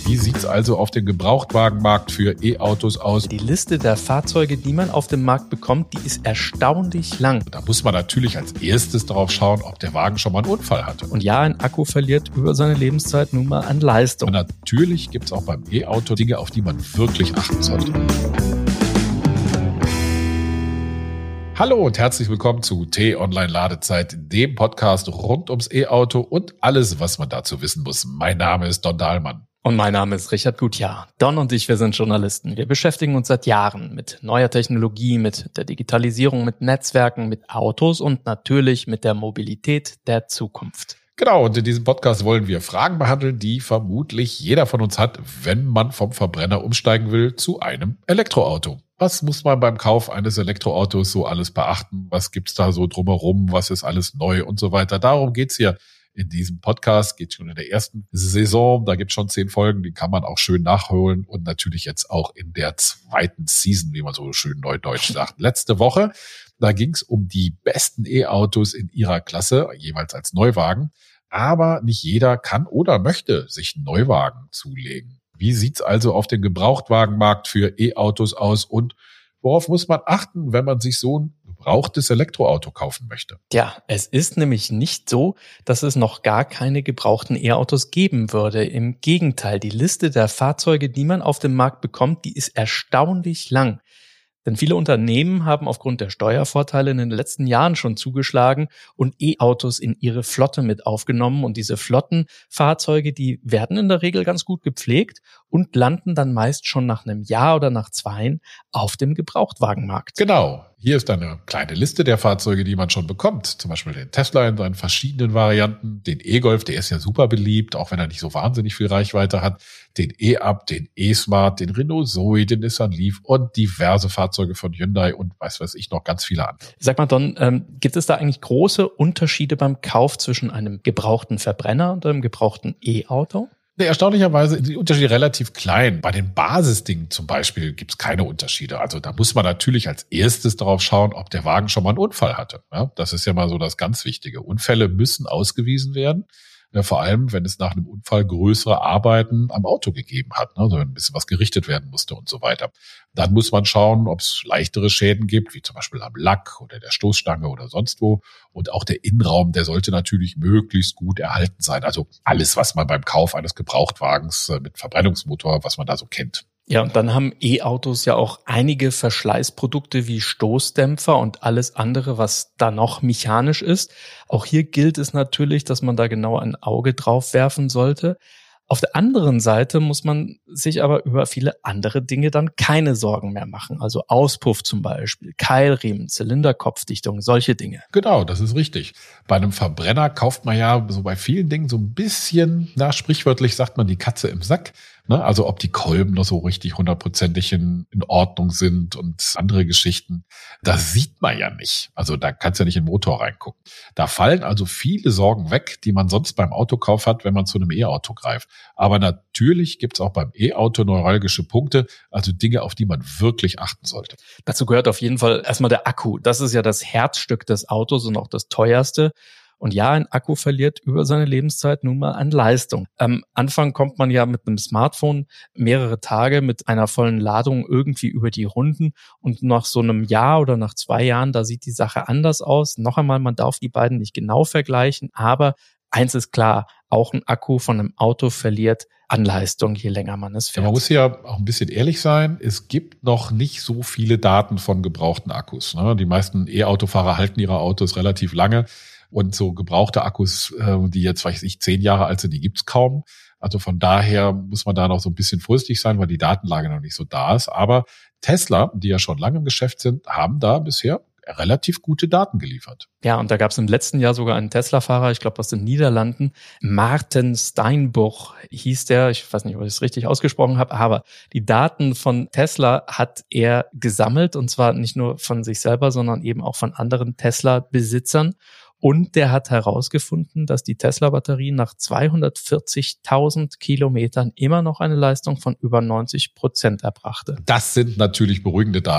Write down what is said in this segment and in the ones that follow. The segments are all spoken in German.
Wie sieht's also auf dem Gebrauchtwagenmarkt für E-Autos aus? Die Liste der Fahrzeuge, die man auf dem Markt bekommt, die ist erstaunlich lang. Da muss man natürlich als erstes darauf schauen, ob der Wagen schon mal einen Unfall hatte. Und ja, ein Akku verliert über seine Lebenszeit nun mal an Leistung. Und natürlich gibt's auch beim E-Auto Dinge, auf die man wirklich achten sollte. Hallo und herzlich willkommen zu T-Online-Ladezeit, dem Podcast rund ums E-Auto und alles, was man dazu wissen muss. Mein Name ist Don Dahlmann. Und mein Name ist Richard Gutjahr. Don und ich, wir sind Journalisten. Wir beschäftigen uns seit Jahren mit neuer Technologie, mit der Digitalisierung, mit Netzwerken, mit Autos und natürlich mit der Mobilität der Zukunft. Genau, und in diesem Podcast wollen wir Fragen behandeln, die vermutlich jeder von uns hat, wenn man vom Verbrenner umsteigen will zu einem Elektroauto. Was muss man beim Kauf eines Elektroautos so alles beachten? Was gibt's da so drumherum? Was ist alles neu und so weiter? Darum geht's hier in diesem Podcast. Geht schon in der ersten Saison. Da gibt's schon 10 Folgen, die kann man auch schön nachholen. Und natürlich jetzt auch in der zweiten Season, wie man so schön neudeutsch sagt. Letzte Woche, da ging's um die besten E-Autos in ihrer Klasse, jeweils als Neuwagen. Aber nicht jeder kann oder möchte sich einen Neuwagen zulegen. Wie sieht's also auf dem Gebrauchtwagenmarkt für E-Autos aus und worauf muss man achten, wenn man sich so ein gebrauchtes Elektroauto kaufen möchte? Ja, es ist nämlich nicht so, dass es noch gar keine gebrauchten E-Autos geben würde. Im Gegenteil, die Liste der Fahrzeuge, die man auf dem Markt bekommt, die ist erstaunlich lang. Denn viele Unternehmen haben aufgrund der Steuervorteile in den letzten Jahren schon zugeschlagen und E-Autos in ihre Flotte mit aufgenommen. Und diese Flottenfahrzeuge, die werden in der Regel ganz gut gepflegt und landen dann meist schon nach einem Jahr oder nach 2 auf dem Gebrauchtwagenmarkt. Genau. Hier ist eine kleine Liste der Fahrzeuge, die man schon bekommt. Zum Beispiel den Tesla in seinen verschiedenen Varianten, den E-Golf, der ist ja super beliebt, auch wenn er nicht so wahnsinnig viel Reichweite hat, den E-Up, den E-Smart, den Renault Zoe, den Nissan Leaf und diverse Fahrzeuge von Hyundai und weiß ich noch ganz viele andere. Sag mal, Don, gibt es da eigentlich große Unterschiede beim Kauf zwischen einem gebrauchten Verbrenner und einem gebrauchten E-Auto? Erstaunlicherweise sind die Unterschiede relativ klein. Bei den Basisdingen zum Beispiel gibt es keine Unterschiede. Also da muss man natürlich als erstes darauf schauen, ob der Wagen schon mal einen Unfall hatte. Ja, das ist ja mal so das ganz Wichtige. Unfälle müssen ausgewiesen werden. Ja, vor allem, wenn es nach einem Unfall größere Arbeiten am Auto gegeben hat, also wenn ein bisschen was gerichtet werden musste und so weiter. Dann muss man schauen, ob es leichtere Schäden gibt, wie zum Beispiel am Lack oder der Stoßstange oder sonst wo. Und auch der Innenraum, der sollte natürlich möglichst gut erhalten sein. Also alles, was man beim Kauf eines Gebrauchtwagens mit Verbrennungsmotor, was man da so kennt. Ja, und dann haben E-Autos ja auch einige Verschleißprodukte wie Stoßdämpfer und alles andere, was da noch mechanisch ist. Auch hier gilt es natürlich, dass man da genau ein Auge drauf werfen sollte. Auf der anderen Seite muss man sich aber über viele andere Dinge dann keine Sorgen mehr machen. Also Auspuff zum Beispiel, Keilriemen, Zylinderkopfdichtung, solche Dinge. Genau, das ist richtig. Bei einem Verbrenner kauft man ja so bei vielen Dingen so ein bisschen, sprichwörtlich sagt man die Katze im Sack. Also ob die Kolben noch so richtig 100%ig in Ordnung sind und andere Geschichten, das sieht man ja nicht. Also da kannst du ja nicht in den Motor reingucken. Da fallen also viele Sorgen weg, die man sonst beim Autokauf hat, wenn man zu einem E-Auto greift. Aber natürlich gibt's auch beim E-Auto neuralgische Punkte, also Dinge, auf die man wirklich achten sollte. Dazu gehört auf jeden Fall erstmal der Akku. Das ist ja das Herzstück des Autos und auch das teuerste. Und ja, ein Akku verliert über seine Lebenszeit nun mal an Leistung. Am Anfang kommt man ja mit einem Smartphone mehrere Tage mit einer vollen Ladung irgendwie über die Runden und nach so einem Jahr oder nach 2 Jahren, da sieht die Sache anders aus. Noch einmal, man darf die beiden nicht genau vergleichen, aber eins ist klar, auch ein Akku von einem Auto verliert an Leistung, je länger man es fährt. Ja, man muss hier auch ein bisschen ehrlich sein. Es gibt noch nicht so viele Daten von gebrauchten Akkus. Die meisten E-Autofahrer halten ihre Autos relativ lange. Und so gebrauchte Akkus, die jetzt, 10 Jahre alt sind, die gibt's kaum. Also von daher muss man da noch so ein bisschen vorsichtig sein, weil die Datenlage noch nicht so da ist. Aber Tesla, die ja schon lange im Geschäft sind, haben da bisher relativ gute Daten geliefert. Ja, und da gab es im letzten Jahr sogar einen Tesla-Fahrer, ich glaube aus den Niederlanden, Maarten Steinbuch hieß der, ich weiß nicht, ob ich es richtig ausgesprochen habe, aber die Daten von Tesla hat er gesammelt und zwar nicht nur von sich selber, sondern eben auch von anderen Tesla-Besitzern. Und der hat herausgefunden, dass die Tesla-Batterie nach 240.000 Kilometern immer noch eine Leistung von über 90% erbrachte. Das sind natürlich beruhigende Daten.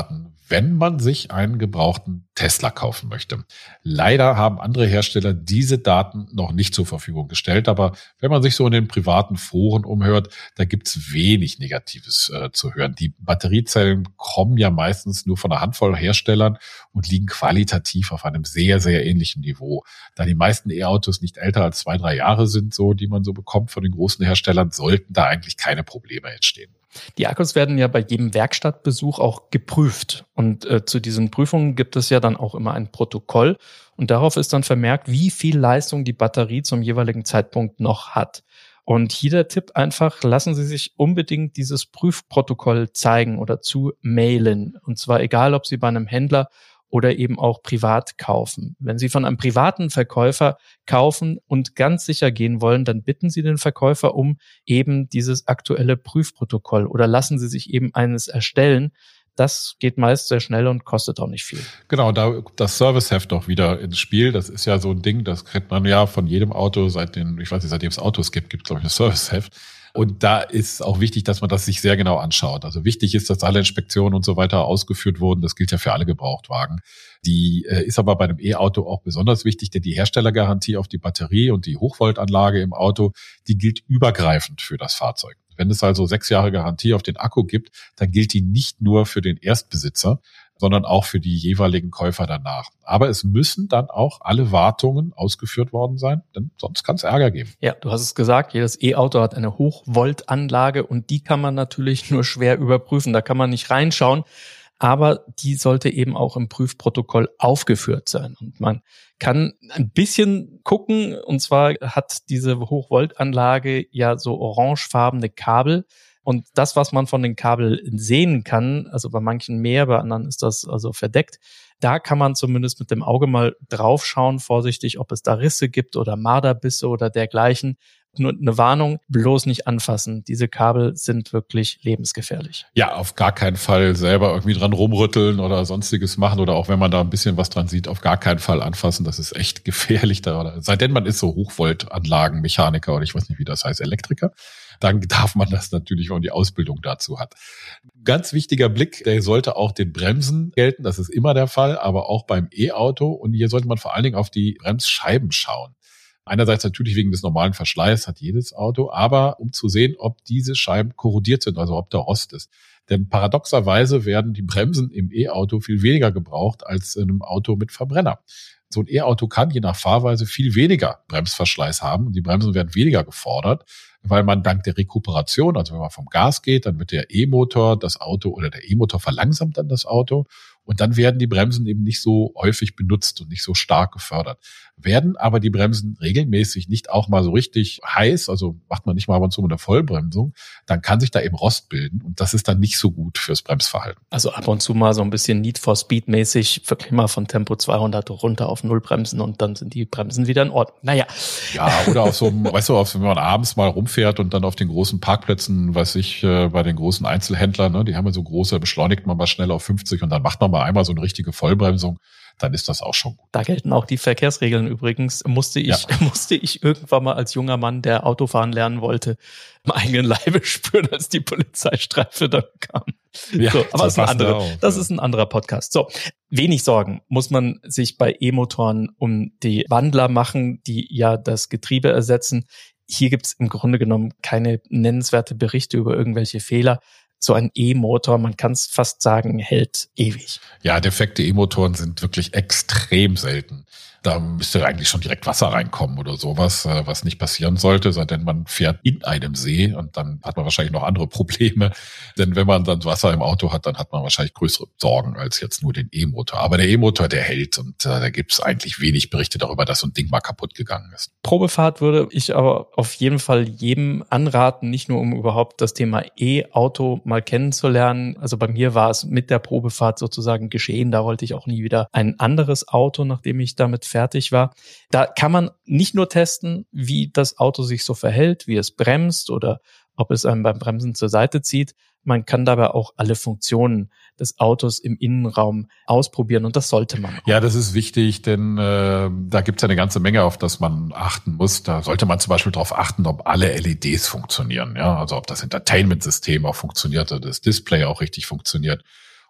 wenn man sich einen gebrauchten Tesla kaufen möchte. Leider haben andere Hersteller diese Daten noch nicht zur Verfügung gestellt, aber wenn man sich so in den privaten Foren umhört, da gibt's wenig Negatives zu hören. Die Batteriezellen kommen ja meistens nur von einer Handvoll Herstellern und liegen qualitativ auf einem sehr, sehr ähnlichen Niveau. Da die meisten E-Autos nicht älter als 2-3 Jahre sind, so die man so bekommt von den großen Herstellern, sollten da eigentlich keine Probleme entstehen. Die Akkus werden ja bei jedem Werkstattbesuch auch geprüft. Und zu diesen Prüfungen gibt es ja dann auch immer ein Protokoll. Und darauf ist dann vermerkt, wie viel Leistung die Batterie zum jeweiligen Zeitpunkt noch hat. Und hier der Tipp einfach, lassen Sie sich unbedingt dieses Prüfprotokoll zeigen oder zu mailen. Und zwar egal, ob Sie bei einem Händler oder eben auch privat kaufen. Wenn Sie von einem privaten Verkäufer kaufen und ganz sicher gehen wollen, dann bitten Sie den Verkäufer um eben dieses aktuelle Prüfprotokoll oder lassen Sie sich eben eines erstellen. Das geht meist sehr schnell und kostet auch nicht viel. Genau, da das Serviceheft auch wieder ins Spiel. Das ist ja so ein Ding, das kriegt man ja von jedem Auto seitdem es Autos gibt, glaube ich, ein Serviceheft. Und da ist auch wichtig, dass man das sich sehr genau anschaut. Also wichtig ist, dass alle Inspektionen und so weiter ausgeführt wurden. Das gilt ja für alle Gebrauchtwagen. Die ist aber bei einem E-Auto auch besonders wichtig, denn die Herstellergarantie auf die Batterie und die Hochvoltanlage im Auto, die gilt übergreifend für das Fahrzeug. Wenn es also 6 Jahre Garantie auf den Akku gibt, dann gilt die nicht nur für den Erstbesitzer, sondern auch für die jeweiligen Käufer danach. Aber es müssen dann auch alle Wartungen ausgeführt worden sein, denn sonst kann es Ärger geben. Ja, du hast es gesagt, jedes E-Auto hat eine Hochvoltanlage und die kann man natürlich nur schwer überprüfen. Da kann man nicht reinschauen, aber die sollte eben auch im Prüfprotokoll aufgeführt sein. Und man kann ein bisschen gucken, und zwar hat diese Hochvoltanlage ja so orangefarbene Kabel. Und das, was man von den Kabeln sehen kann, also bei manchen mehr, bei anderen ist das also verdeckt, da kann man zumindest mit dem Auge mal draufschauen, vorsichtig, ob es da Risse gibt oder Marderbisse oder dergleichen. Nur eine Warnung, bloß nicht anfassen. Diese Kabel sind wirklich lebensgefährlich. Ja, auf gar keinen Fall selber irgendwie dran rumrütteln oder sonstiges machen oder auch wenn man da ein bisschen was dran sieht, auf gar keinen Fall anfassen. Das ist echt gefährlich da. Seitdem man ist so Hochvoltanlagenmechaniker oder ich weiß nicht, wie das heißt, Elektriker, dann darf man das natürlich, wenn man die Ausbildung dazu hat. Ganz wichtiger Blick, der sollte auch den Bremsen gelten. Das ist immer der Fall, aber auch beim E-Auto. Und hier sollte man vor allen Dingen auf die Bremsscheiben schauen. Einerseits natürlich wegen des normalen Verschleiß hat jedes Auto, aber um zu sehen, ob diese Scheiben korrodiert sind, also ob da Rost ist. Denn paradoxerweise werden die Bremsen im E-Auto viel weniger gebraucht als in einem Auto mit Verbrenner. So ein E-Auto kann je nach Fahrweise viel weniger Bremsverschleiß haben und die Bremsen werden weniger gefordert, weil man dank der Rekuperation, also wenn man vom Gas geht, dann wird der E-Motor das Auto oder der E-Motor verlangsamt dann das Auto und dann werden die Bremsen eben nicht so häufig benutzt und nicht so stark gefördert. Werden aber die Bremsen regelmäßig nicht auch mal so richtig heiß, also macht man nicht mal ab und zu eine Vollbremsung, dann kann sich da eben Rost bilden und das ist dann nicht so gut fürs Bremsverhalten. Also ab und zu mal so ein bisschen Need for Speed mäßig, wirklich mal von Tempo 200 runter auf 0 bremsen und dann sind die Bremsen wieder in Ordnung. Naja. Ja, oder auf so einem, weißt du, wenn man abends mal rumfährt und dann auf den großen Parkplätzen, bei den großen Einzelhändlern, ne, die haben ja so große, beschleunigt man mal schnell auf 50 und dann macht man mal einmal so eine richtige Vollbremsung, dann ist das auch schon gut. Da gelten auch die Verkehrsregeln übrigens. Musste ich irgendwann mal als junger Mann, der Autofahren lernen wollte, am eigenen Leibe spüren, als die Polizeistreife dann kam. Ja, so, aber das ist ein anderer Podcast. So, wenig Sorgen muss man sich bei E-Motoren um die Wandler machen, die ja das Getriebe ersetzen. Hier gibt's im Grunde genommen keine nennenswerte Berichte über irgendwelche Fehler. So ein E-Motor, man kann es fast sagen, hält ewig. Ja, defekte E-Motoren sind wirklich extrem selten. Da müsste eigentlich schon direkt Wasser reinkommen oder sowas, was nicht passieren sollte, sondern man fährt in einem See und dann hat man wahrscheinlich noch andere Probleme. Denn wenn man dann Wasser im Auto hat, dann hat man wahrscheinlich größere Sorgen als jetzt nur den E-Motor. Aber der E-Motor, der hält und da gibt es eigentlich wenig Berichte darüber, dass so ein Ding mal kaputt gegangen ist. Probefahrt würde ich aber auf jeden Fall jedem anraten, nicht nur um überhaupt das Thema E-Auto mal kennenzulernen. Also bei mir war es mit der Probefahrt sozusagen geschehen. Da wollte ich auch nie wieder ein anderes Auto, nachdem ich damit fertig war. Da kann man nicht nur testen, wie das Auto sich so verhält, wie es bremst oder ob es einem beim Bremsen zur Seite zieht. Man kann dabei auch alle Funktionen des Autos im Innenraum ausprobieren und das sollte man auch. Ja, das ist wichtig, denn da gibt es ja eine ganze Menge, auf das man achten muss. Da sollte man zum Beispiel darauf achten, ob alle LEDs funktionieren, ja, also ob das Entertainment-System auch funktioniert oder das Display auch richtig funktioniert.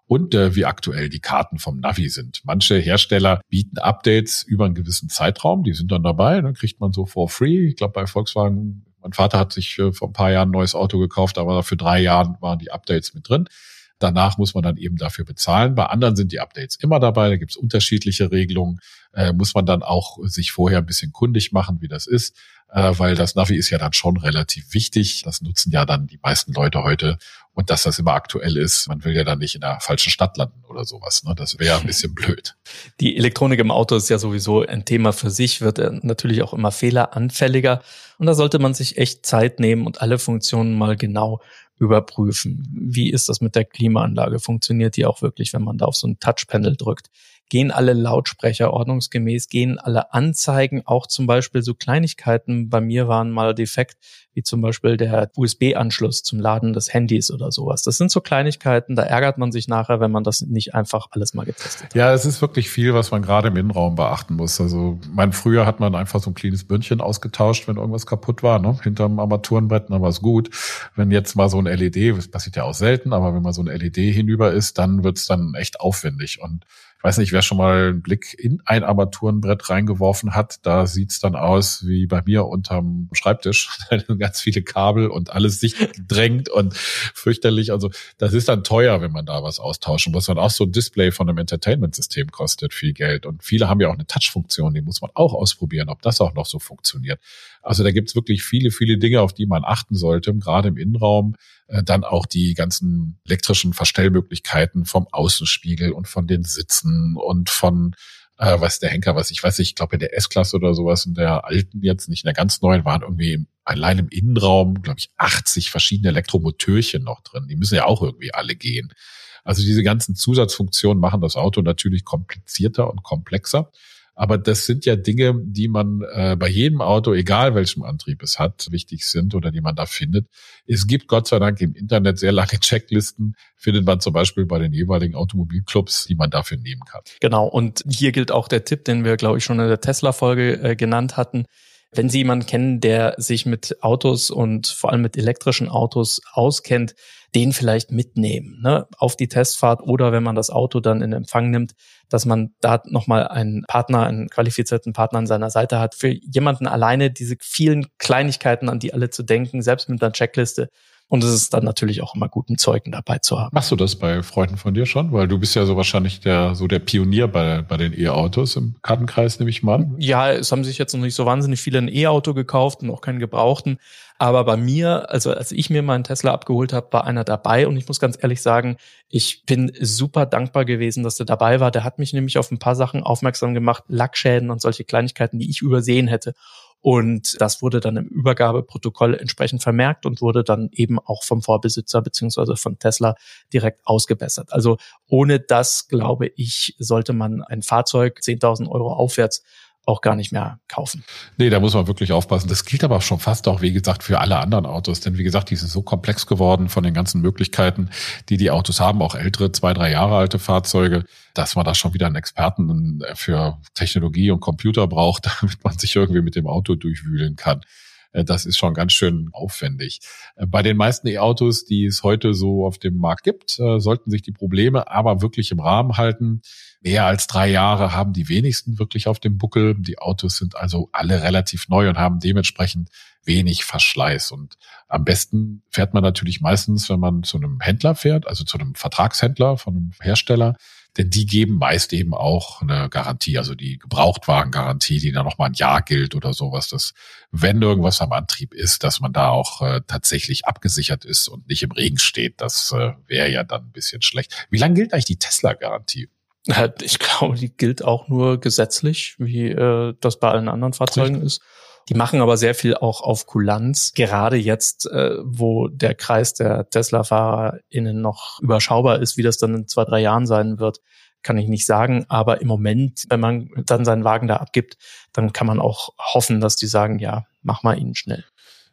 und wie aktuell die Karten vom Navi sind. Manche Hersteller bieten Updates über einen gewissen Zeitraum, die sind dann dabei, dann kriegt man so for free. Ich glaube bei Volkswagen, mein Vater hat sich vor ein paar Jahren ein neues Auto gekauft, aber für 3 Jahren waren die Updates mit drin. Danach muss man dann eben dafür bezahlen. Bei anderen sind die Updates immer dabei, da gibt es unterschiedliche Regelungen. Muss man dann auch sich vorher ein bisschen kundig machen, wie das ist, weil das Navi ist ja dann schon relativ wichtig. Das nutzen ja dann die meisten Leute heute. Und dass das immer aktuell ist, man will ja dann nicht in der falschen Stadt landen oder sowas. Ne? Das wäre ja ein bisschen blöd. Die Elektronik im Auto ist ja sowieso ein Thema für sich, wird natürlich auch immer fehleranfälliger. Und da sollte man sich echt Zeit nehmen und alle Funktionen mal genau überprüfen. Wie ist das mit der Klimaanlage? Funktioniert die auch wirklich, wenn man da auf so ein Touchpanel drückt? Gehen alle Lautsprecher ordnungsgemäß? Gehen alle Anzeigen? Auch zum Beispiel so Kleinigkeiten bei mir waren mal defekt, wie zum Beispiel der USB-Anschluss zum Laden des Handys oder sowas. Das sind so Kleinigkeiten, da ärgert man sich nachher, wenn man das nicht einfach alles mal getestet hat. Ja, es ist wirklich viel, was man gerade im Innenraum beachten muss. Also früher hat man einfach so ein kleines Birnchen ausgetauscht, wenn irgendwas kaputt war, ne? Hinterm Armaturenbrett, dann war es gut. Wenn jetzt mal so ein LED, das passiert ja auch selten, aber wenn mal so ein LED hinüber ist, dann wird's dann echt aufwendig. Und ich weiß nicht, wer schon mal einen Blick in ein Armaturenbrett reingeworfen hat, da sieht's dann aus wie bei mir unterm Schreibtisch. Da sind ganz viele Kabel und alles sich gedrängt und fürchterlich. Also das ist dann teuer, wenn man da was austauschen muss. Und auch so ein Display von einem Entertainment-System kostet viel Geld. Und viele haben ja auch eine Touch-Funktion, die muss man auch ausprobieren, ob das auch noch so funktioniert. Also da gibt's wirklich viele, viele Dinge, auf die man achten sollte, gerade im Innenraum. Dann auch die ganzen elektrischen Verstellmöglichkeiten vom Außenspiegel und von den Sitzen und von, der Henker, ich glaube in der S-Klasse oder sowas, in der alten jetzt, nicht in der ganz neuen, waren irgendwie allein im Innenraum, glaube ich, 80 verschiedene Elektromotörchen noch drin. Die müssen ja auch irgendwie alle gehen. Also diese ganzen Zusatzfunktionen machen das Auto natürlich komplizierter und komplexer. Aber das sind ja Dinge, die man bei jedem Auto, egal welchem Antrieb es hat, wichtig sind oder die man da findet. Es gibt Gott sei Dank im Internet sehr lange Checklisten, findet man zum Beispiel bei den jeweiligen Automobilclubs, die man dafür nehmen kann. Genau, und hier gilt auch der Tipp, den wir, glaube ich, schon in der Tesla-Folge genannt hatten. Wenn Sie jemanden kennen, der sich mit Autos und vor allem mit elektrischen Autos auskennt, den vielleicht mitnehmen, ne, auf die Testfahrt oder wenn man das Auto dann in Empfang nimmt, dass man da nochmal einen qualifizierten Partner an seiner Seite hat. Für jemanden alleine diese vielen Kleinigkeiten, an die alle zu denken, selbst mit einer Checkliste. Und es ist dann natürlich auch immer gut, einen Zeugen dabei zu haben. Machst du das bei Freunden von dir schon? Weil du bist ja so wahrscheinlich der Pionier bei den E-Autos im Bekanntenkreis, nehme ich mal an. Ja, es haben sich jetzt noch nicht so wahnsinnig viele ein E-Auto gekauft und auch keinen gebrauchten. Aber bei mir, also als ich mir meinen Tesla abgeholt habe, war einer dabei. Und ich muss ganz ehrlich sagen, ich bin super dankbar gewesen, dass der dabei war. Der hat mich nämlich auf ein paar Sachen aufmerksam gemacht, Lackschäden und solche Kleinigkeiten, die ich übersehen hätte. Und das wurde dann im Übergabeprotokoll entsprechend vermerkt und wurde dann eben auch vom Vorbesitzer beziehungsweise von Tesla direkt ausgebessert. Also ohne das, glaube ich, sollte man ein Fahrzeug 10.000 € aufwärts auch gar nicht mehr kaufen. Nee, da muss man wirklich aufpassen. Das gilt aber schon fast auch, wie gesagt, für alle anderen Autos. Denn wie gesagt, die sind so komplex geworden von den ganzen Möglichkeiten, die Autos haben, auch ältere, 2-3 Jahre alte Fahrzeuge, dass man da schon wieder einen Experten für Technologie und Computer braucht, damit man sich irgendwie mit dem Auto durchwühlen kann. Das ist schon ganz schön aufwendig. Bei den meisten E-Autos, die es heute so auf dem Markt gibt, sollten sich die Probleme aber wirklich im Rahmen halten. Mehr als 3 Jahre haben die wenigsten wirklich auf dem Buckel. Die Autos sind also alle relativ neu und haben dementsprechend wenig Verschleiß. Und am besten fährt man natürlich meistens, wenn man zu einem Händler fährt, also zu einem Vertragshändler von einem Hersteller, denn die geben meist eben auch eine Garantie, also die Gebrauchtwagengarantie, die dann nochmal ein Jahr gilt oder sowas, dass wenn irgendwas am Antrieb ist, dass man da auch tatsächlich abgesichert ist und nicht im Regen steht. Das wäre ja dann ein bisschen schlecht. Wie lange gilt eigentlich die Tesla-Garantie? Ich glaube, die gilt auch nur gesetzlich, wie das bei allen anderen Fahrzeugen ist. Die machen aber sehr viel auch auf Kulanz. Gerade jetzt, wo der Kreis der Tesla-FahrerInnen noch überschaubar ist, wie das dann in 2-3 Jahren sein wird, kann ich nicht sagen. Aber im Moment, wenn man dann seinen Wagen da abgibt, dann kann man auch hoffen, dass die sagen, ja, mach mal ihn schnell.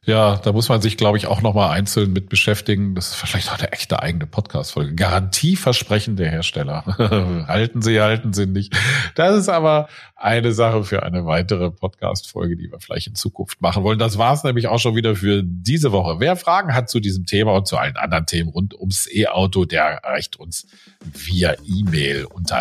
Ja, da muss man sich, glaube ich, auch nochmal einzeln mit beschäftigen. Das ist vielleicht auch eine echte eigene Podcast-Folge. Garantieversprechen der Hersteller. Halten sie nicht. Das ist aber eine Sache für eine weitere Podcast-Folge, die wir vielleicht in Zukunft machen wollen. Das war's nämlich auch schon wieder für diese Woche. Wer Fragen hat zu diesem Thema und zu allen anderen Themen rund ums E-Auto, der erreicht uns via E-Mail unter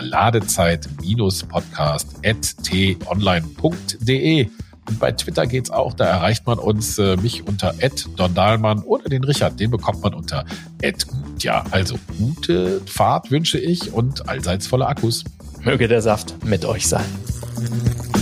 ladezeit-podcast@t-online.de. Und bei Twitter geht's auch, da erreicht man uns, mich unter @dondahlmann oder den Richard, den bekommt man unter @gut. Ja, also gute Fahrt wünsche ich und allseits volle Akkus. Möge der Saft mit euch sein.